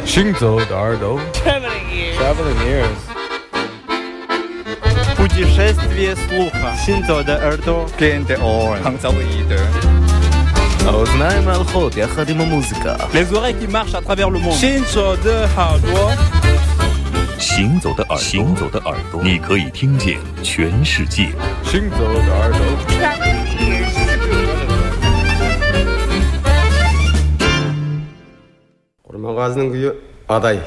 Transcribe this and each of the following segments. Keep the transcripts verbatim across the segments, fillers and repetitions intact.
行走的耳朵 Traveling ears. Traveling ears Путешествие слуха. Синзо де Эрдо. Gente on. Hangzauide. האוזניים ההלכות יחד עם המוזיקה. Les oreilles qui marchent à travers le monde. Shinzo de Hardwa. 行走的耳朵，行走的耳朵，你可以听见全世界。 行走的耳朵 Traveling ears. Kurmagazının köyü aday.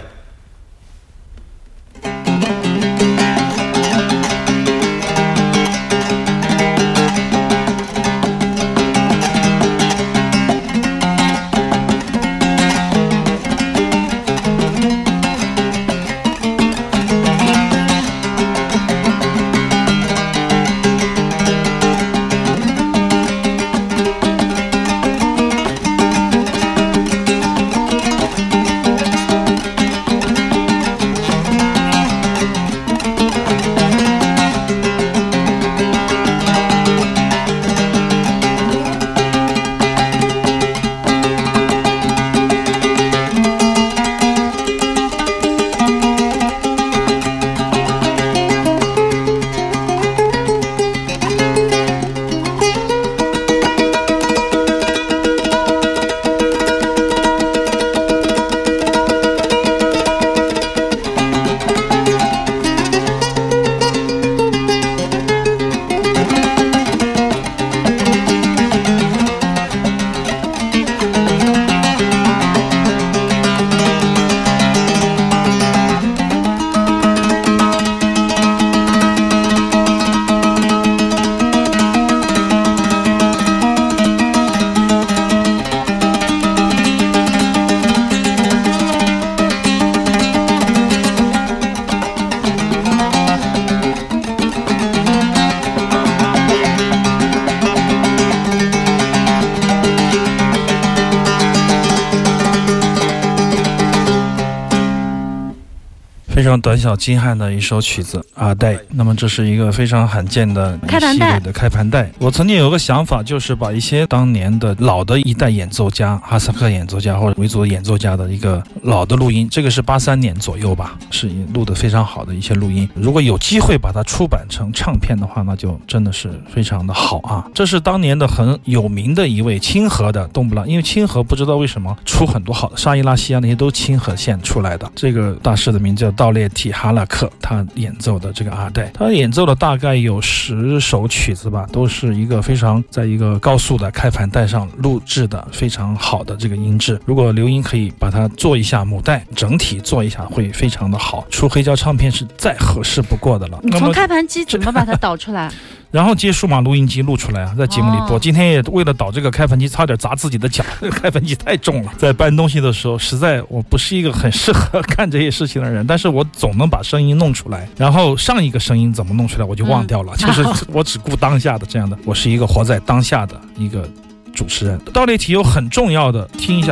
非常短小精悍的一首曲子阿黛。那么这是一个非常罕见的一系列的开盘带。我曾经有个想法，就是把一些当年的老的一代演奏家，哈萨克演奏家或者维族演奏家的一个老的录音，这个是八三年左右吧，是录的非常好的一些录音。如果有机会把它出版成唱片的话，那就真的是非常的好啊。这是当年的很有名的一位清河的冬不拉，因为清河不知道为什么出很多好的，沙伊拉西亚那些都清河县出来的。这个大师的名字叫道列体哈拉克，他演奏的这个阿黛，他演奏了大概有十首曲子吧，都是一个非常在一个高速的开盘带上录制的非常好的这个音质。如果刘英可以把它做一下母带，整体做一下会非常的好，出黑胶唱片是再合适不过的了。 你从开盘机怎么把它导出来？ 然后接数码录音机录出来啊，在节目里播。哦、今天也为了导这个开盘机，差点砸自己的脚。这个开盘机太重了，在搬东西的时候，实在我不是一个很适合干这些事情的人，但是我总能把声音弄出来。然后上一个声音怎么弄出来，我就忘掉了。嗯、就是我只顾当下的这样的，我是一个活在当下的一个主持人。道列体有很重要的，听一下。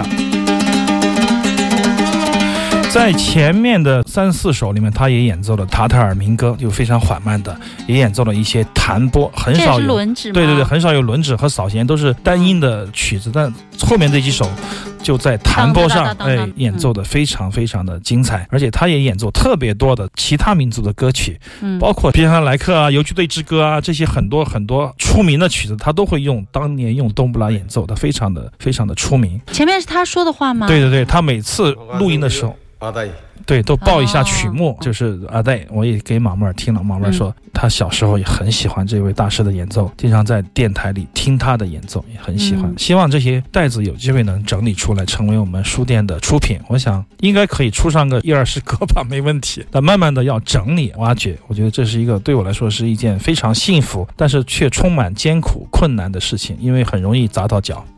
在前面的三四首里面，他也演奏了塔塔尔民歌，就非常缓慢的，也演奏了一些弹拨，很少有轮指， 对对对，很少有轮指和扫弦，都是单音的曲子。但后面这几首就在弹拨上，哎，演奏的非常非常的精彩，而且他也演奏特别多的其他民族的歌曲，嗯、包括皮山莱克啊、游击队之歌啊这些很多很多出名的曲子，他都会用当年用冬不拉演奏的，非常的非常的出名。 前面是他说的话吗？ 对对对，他每次录音的时候。 阿黛， 对，都报一下曲目，哦、就是阿黛，我也给马妹儿听了，马妹儿说、嗯、她小时候也很喜欢这位大师的演奏，经常在电台里听他的演奏，也很喜欢。嗯、希望这些带子有机会能整理出来，成为我们书店的出品。我想应该可以出上个一二十个吧，没问题。但慢慢的要整理挖掘，我觉得这是一个对我来说是一件非常幸福，但是却充满艰苦困难的事情，因为很容易砸到脚。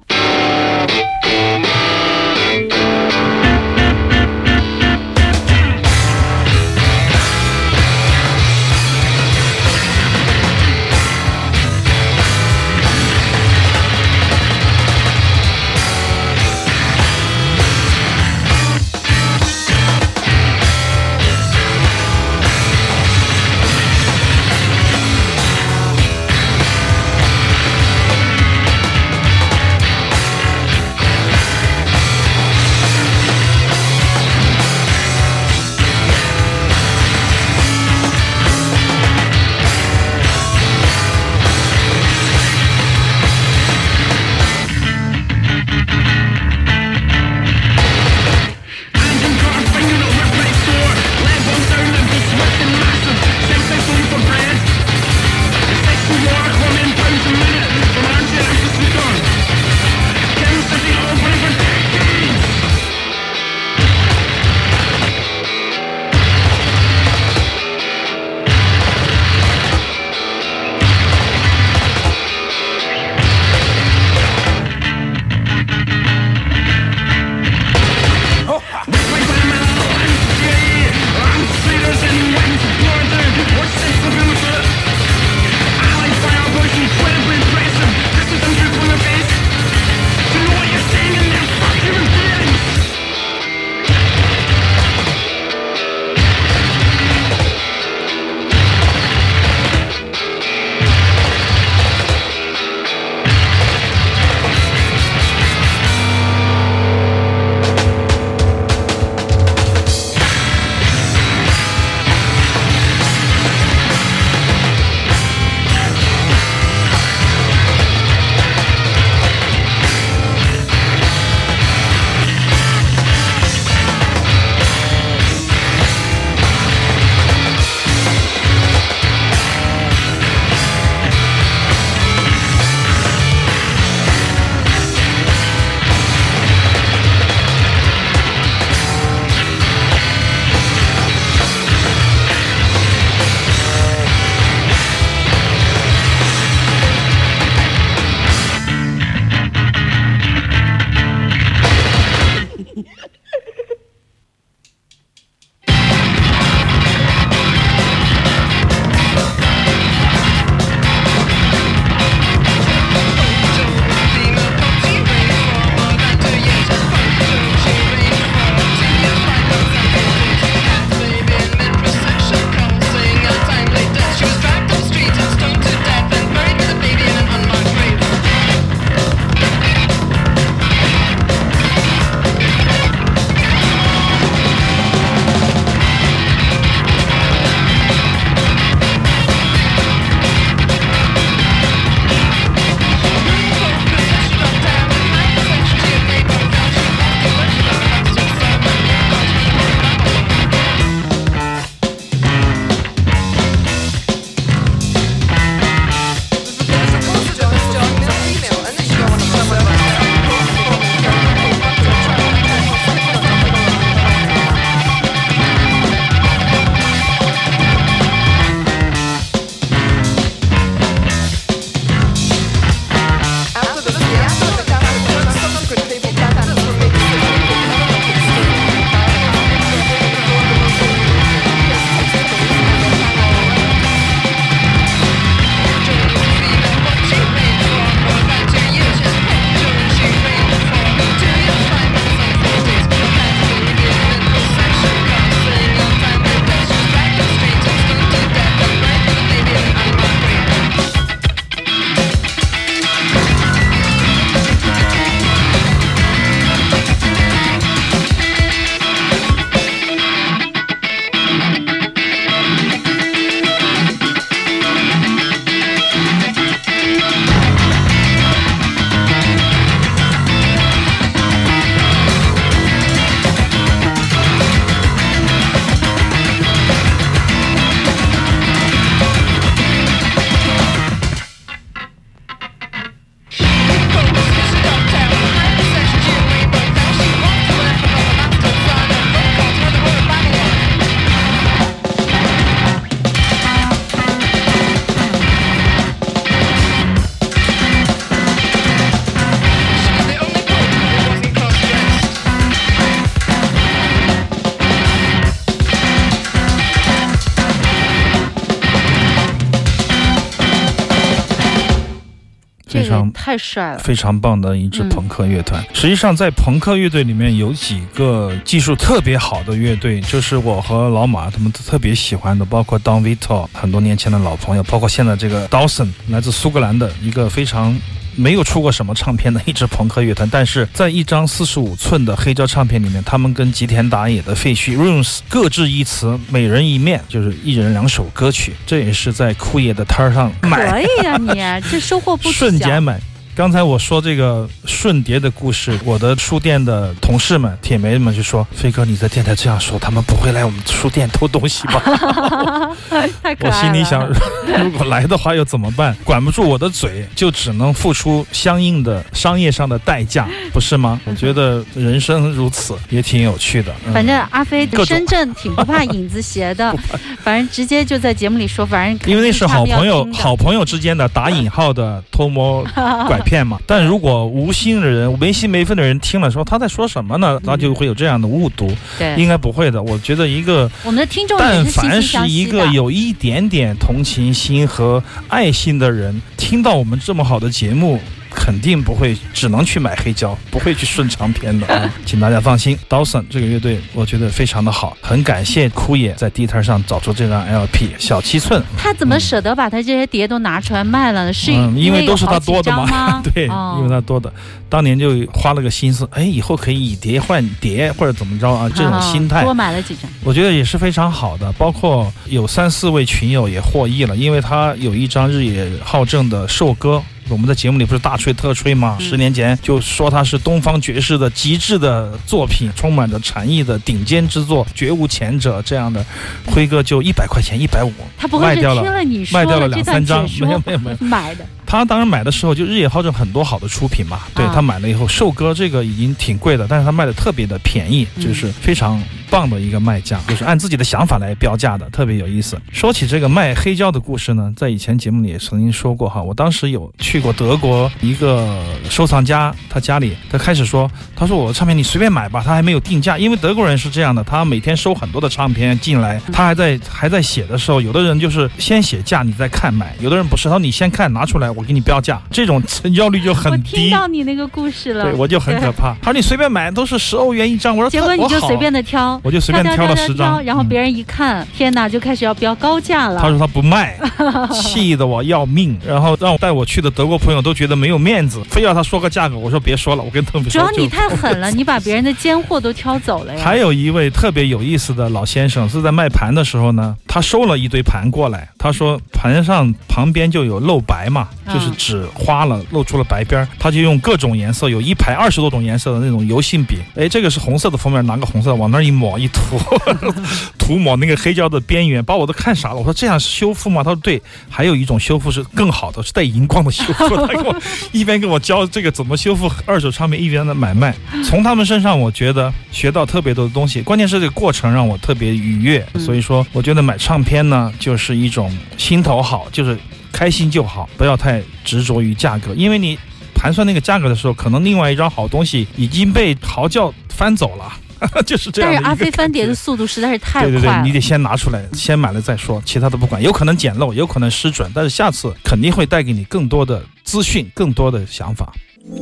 常太帅了， 非常棒的一支朋克乐团。嗯、实际上，在朋克乐队里面有几个技术特别好的乐队，就是我和老马他们特别喜欢的，包括 Don Vito 很多年前的老朋友，包括现在这个 Dawson 来自苏格兰的一个非常没有出过什么唱片的一支朋克乐团，但是在一张四十五寸的黑胶唱片里面，他们跟吉田打野的废墟 Runes 各执一词，每人一面，就是一人两首歌曲。这也是在酷野的摊上买， 可以啊你，这收获不小， 瞬间买。刚才我说这个顺碟的故事，我的书店的同事们、铁媒们就说：“飞哥，你在电台这样说，他们不会来我们书店偷东西吧？” 太可爱了。 我心里想，如果来的话又怎么办？管不住我的嘴，就只能付出相应的商业上的代价，不是吗？我觉得人生如此，也挺有趣的。 嗯、反正阿飞深圳挺不怕影子斜的，反正直接就在节目里说，反正因为那是好朋友，好朋友之间的打引号的偷摸拐骗。骗嘛，但如果无心的人、没心没肺的人听了说他在说什么呢，他就会有这样的误读。 对， 应该不会的。我觉得一个我们的听众， 但凡是一个有一点点同情心和爱心的人，听到我们这么好的节目，肯定不会只能去买黑胶，不会去顺唱片的、啊、请大家放心。 Dawson 这个乐队我觉得非常的好，很感谢酷野在地摊上找出这张 L P 小七寸。 他怎么舍得把他这些碟都拿出来卖了呢？是因为、 嗯、因为都是他多的嘛对、 哦、 因为他多的，当年就花了个心思，哎，以后可以以碟换碟或者怎么着啊，这种心态、 哦、多买了几张， 我觉得也是非常好的。包括有三四位群友也获益了，因为他有一张日野浩正的寿歌，我们在节目里不是大吹特吹吗？嗯、十年前就说它是东方爵士的极致的作品，充满着禅意的顶尖之作，绝无前者。这样的辉哥就一百块钱，一百五， 他不会是听了你说卖掉了两三张，没有没有没有买的。 他当然买的时候就日野浩正很多好的出品嘛，对、啊、他买了以后，寿歌这个已经挺贵的，但是他卖的特别的便宜，就是非常棒的一个卖价，就是按自己的想法来标价的，特别有意思。说起这个卖黑胶的故事呢，在以前节目里也曾经说过哈，我当时有去过德国一个收藏家，他家里他开始说，他说我的唱片你随便买吧，他还没有定价，因为德国人是这样的，他每天收很多的唱片进来，他还在还在写的时候，有的人就是先写价你再看买，有的人不是，他说你先看拿出来我给你标价，这种成交率就很低。 我听到你那个故事了， 对，我就很可怕。他说你随便买都是十欧元一张，我说结果你就随便的挑， 我就随便挑了十张， 然后别人一看、嗯、天哪，就开始要标高价了。 他说他不卖，气得我要命，然后让我带我去的德国朋友都觉得没有面子，非要他说个价格，我说别说了，我跟他们说。 主要你太狠了，你把别人的尖货都挑走了呀。 还有一位特别有意思的老先生是在卖盘的时候呢，他收了一堆盘过来，他说盘上旁边就有露白嘛，就是纸花了露出了白边，他就用各种颜色，有一排二十多种颜色的那种油性笔，哎，这个是红色的封面，拿个红色往那一抹一涂涂抹那个黑胶的边缘，把我都看傻了。我说这样是修复吗？他说对，还有一种修复是更好的，是带荧光的修复。他跟我一边跟我教这个怎么修复二手唱片，一边的买卖。从他们身上我觉得学到特别多的东西，关键是这个过程让我特别愉悦。所以说我觉得买唱片呢就是一种心头好，就是开心就好，不要太执着于价格，因为你盘算那个价格的时候，可能另外一张好东西已经被嚎叫翻走了。就是这样的。 但是阿飞翻碟的速度实在是太快了。 对对对，你得先拿出来，先买了再说，其他的不管，有可能捡漏，有可能失准，但是下次肯定会带给你更多的资讯，更多的想法。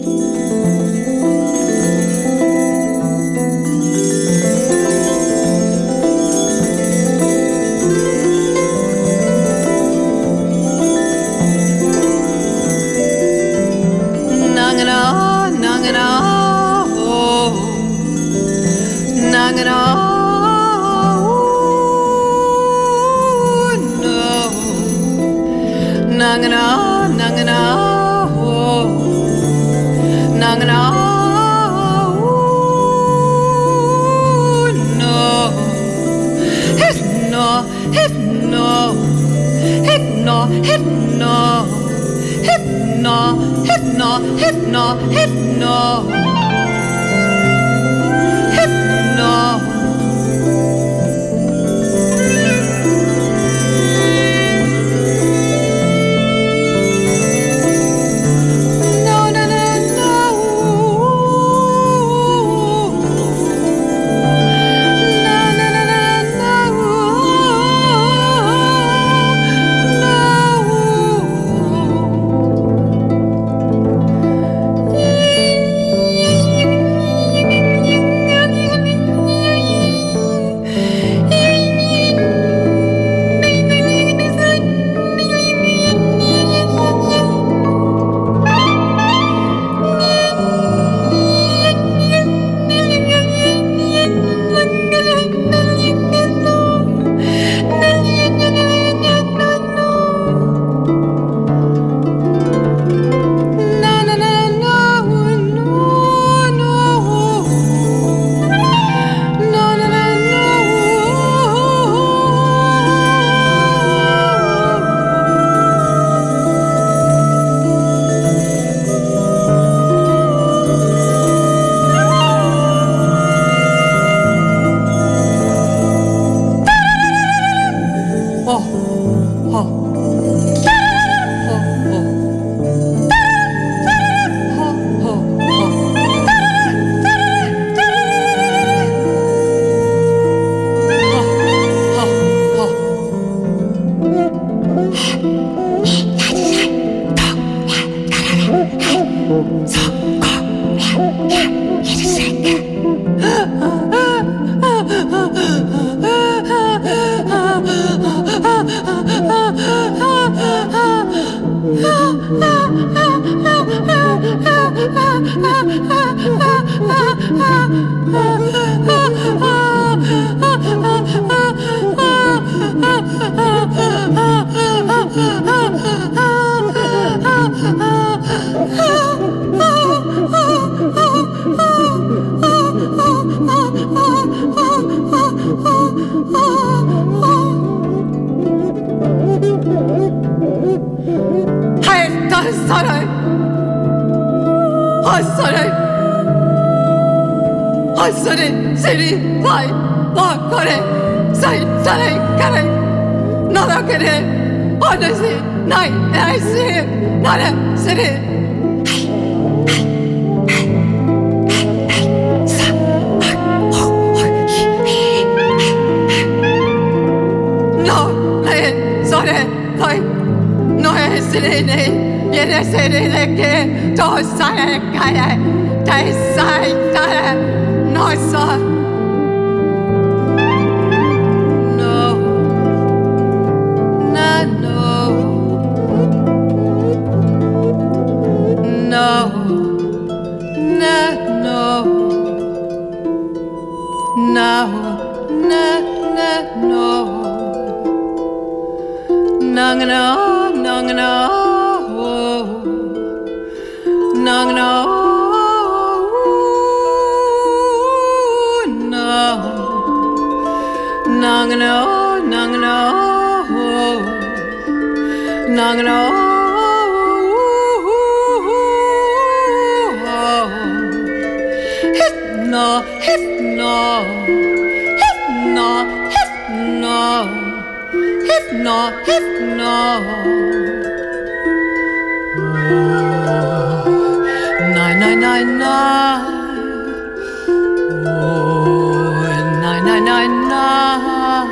Nangana, nangana, oh, nangana, oh, no, hit no, hit no, hit no, hit no, hit no, hit no, hit no, hit no, hit no. 사랑 아 사랑 아 사랑 세리 와이 와 거래 사이 사랑 가래 나라 그래 어느새 나이 나이스 나라 세리 Yine seninle dostane kare, desay kare, nosa. No, na no, no, na no, no, na na no, nang no, nang no. Nang no, no, nang no, nang no, nang no, hit no, hit no, hit no, hit no, hit no, hit no. Nine, nine, nine, nine. Oh, nine, nine, nine, nine.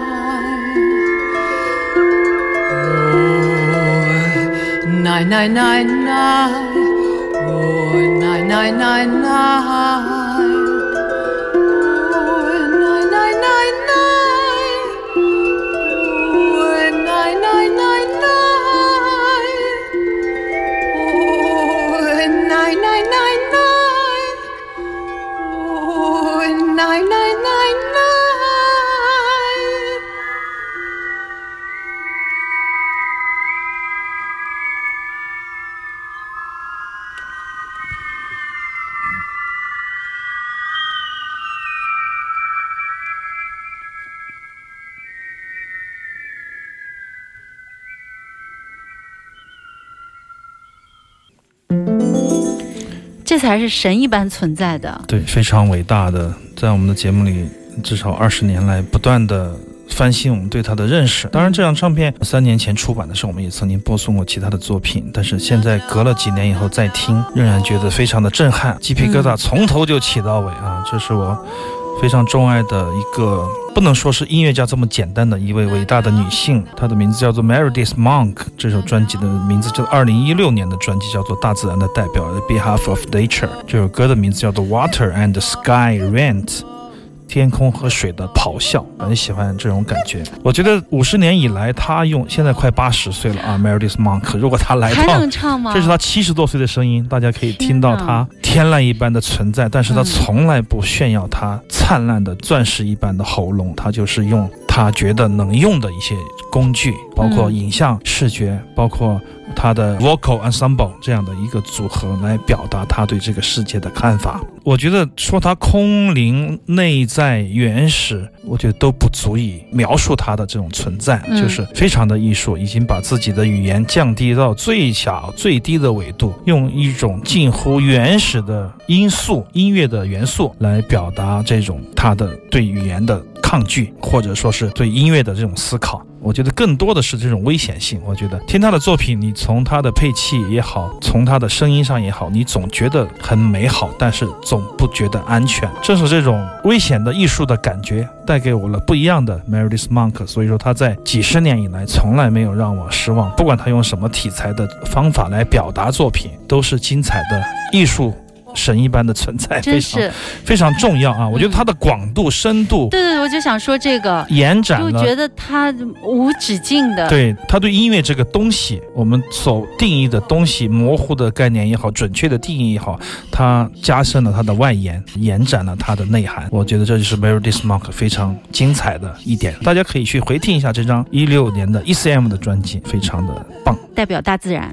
Oh, nine, nine, nine, nine. Oh, nine, nine, nine, nine. 这才是神一般存在的， 对，非常伟大的，在我们的节目里至少二十年来不断的翻新我们对他的认识。当然这张唱片三年前出版的时候我们也曾经播送过其他的作品，但是现在隔了几年以后再听，仍然觉得非常的震撼，鸡皮疙瘩从头就起到尾啊！这是我非常钟爱的一个，不能说是音乐家这么简单的一位伟大的女性，她的名字叫做 Meredith Monk。 这首专辑的名字叫做二零一六年的专辑叫做大自然的代表 The Behalf of Nature。 这首歌的名字叫做 Water and Sky Rant， 天空和水的咆哮，很喜欢这种感觉。我觉得五十年以来她用，现在快八十岁了啊 Meredith Monk， 如果她来到还能唱吗？ 这是她七十多岁的声音，大家可以听到她天籁一般的存在，但是她从来不炫耀她灿烂的钻石一般的喉咙，她就是用她觉得能用的一些工具，包括影像、视觉，包括他的 vocal ensemble 这样的一个组合来表达他对这个世界的看法。我觉得说他空灵、内在、原始，我觉得都不足以描述他的这种存在，嗯、就是非常的艺术，已经把自己的语言降低到最小、最低的纬度，用一种近乎原始的因素、音乐的元素来表达这种他的对语言的抗拒，或者说是对音乐的这种思考。我觉得更多的是这种危险性。我觉得听他的作品，你从他的配器也好，从他的声音上也好，你总觉得很美好，但是总不觉得安全。正是这种危险的艺术的感觉带给我了不一样的 Meredith Monk， 所以说他在几十年以来从来没有让我失望，不管他用什么题材的方法来表达作品，都是精彩的艺术神一般的存在，非常非常重要啊！我觉得它的广度、深度， 对对，我就想说这个延展了， 就觉得它无止境的。 对，它对音乐这个东西，我们所定义的东西，模糊的概念也好，准确的定义也好，它加深了它的外延，延展了它的内涵。我觉得这就是 Meredith Monk 非常精彩的一点，大家可以去回听一下这张一六年的 E C M 的专辑，非常的棒， 代表大自然。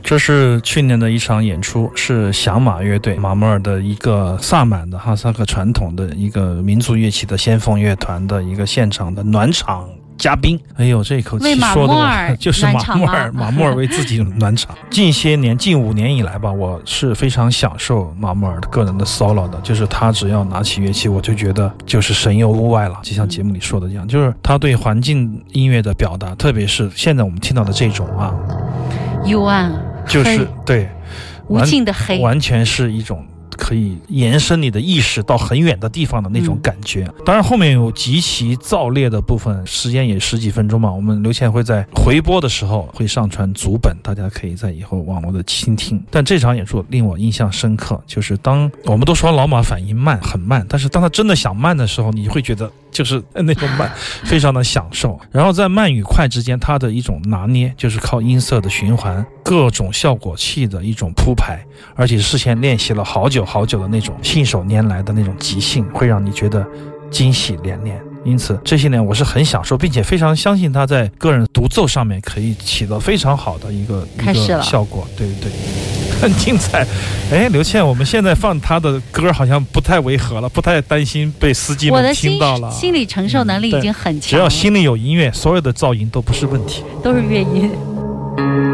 这是去年的一场演出，是响马乐队马莫尔的一个萨满的哈萨克传统的一个民族乐器的先锋乐团的一个现场的暖场嘉宾。哎呦，这口气说的就是马莫尔，马莫尔为自己暖场。近些年，近五年以来吧，我是非常享受马莫尔个人的 solo 的，就是他只要拿起乐器，我就觉得就是神游物外了。就像节目里说的一样，就是他对环境音乐的表达，特别是现在我们听到的这种啊， 幽暗， 就是对无尽的黑， 完全是一种可以延伸你的意识到很远的地方的那种感觉、嗯、当然后面有极其燥烈的部分，时间也十几分钟嘛，我们刘倩会在回播的时候会上传足本，大家可以在以后网络的倾听。但这场演出令我印象深刻，就是当我们都说老马反应慢很慢，但是当他真的想慢的时候，你会觉得就是那种慢非常的享受。然后在慢与快之间，他的一种拿捏就是靠音色的循环，各种效果器的一种铺排，而且事先练习了好久好久的那种信手拈来的那种即兴，会让你觉得惊喜连连。因此这些年我是很享受，并且非常相信他在个人独奏上面可以起到非常好的一个一个效果。对对对，很精彩。哎，刘倩，我们现在放他的歌好像不太违和了，不太担心被司机们听到了。 我的心心理承受能力已经很强了、嗯、 只要心里有音乐，所有的噪音都不是问题， 都是乐音。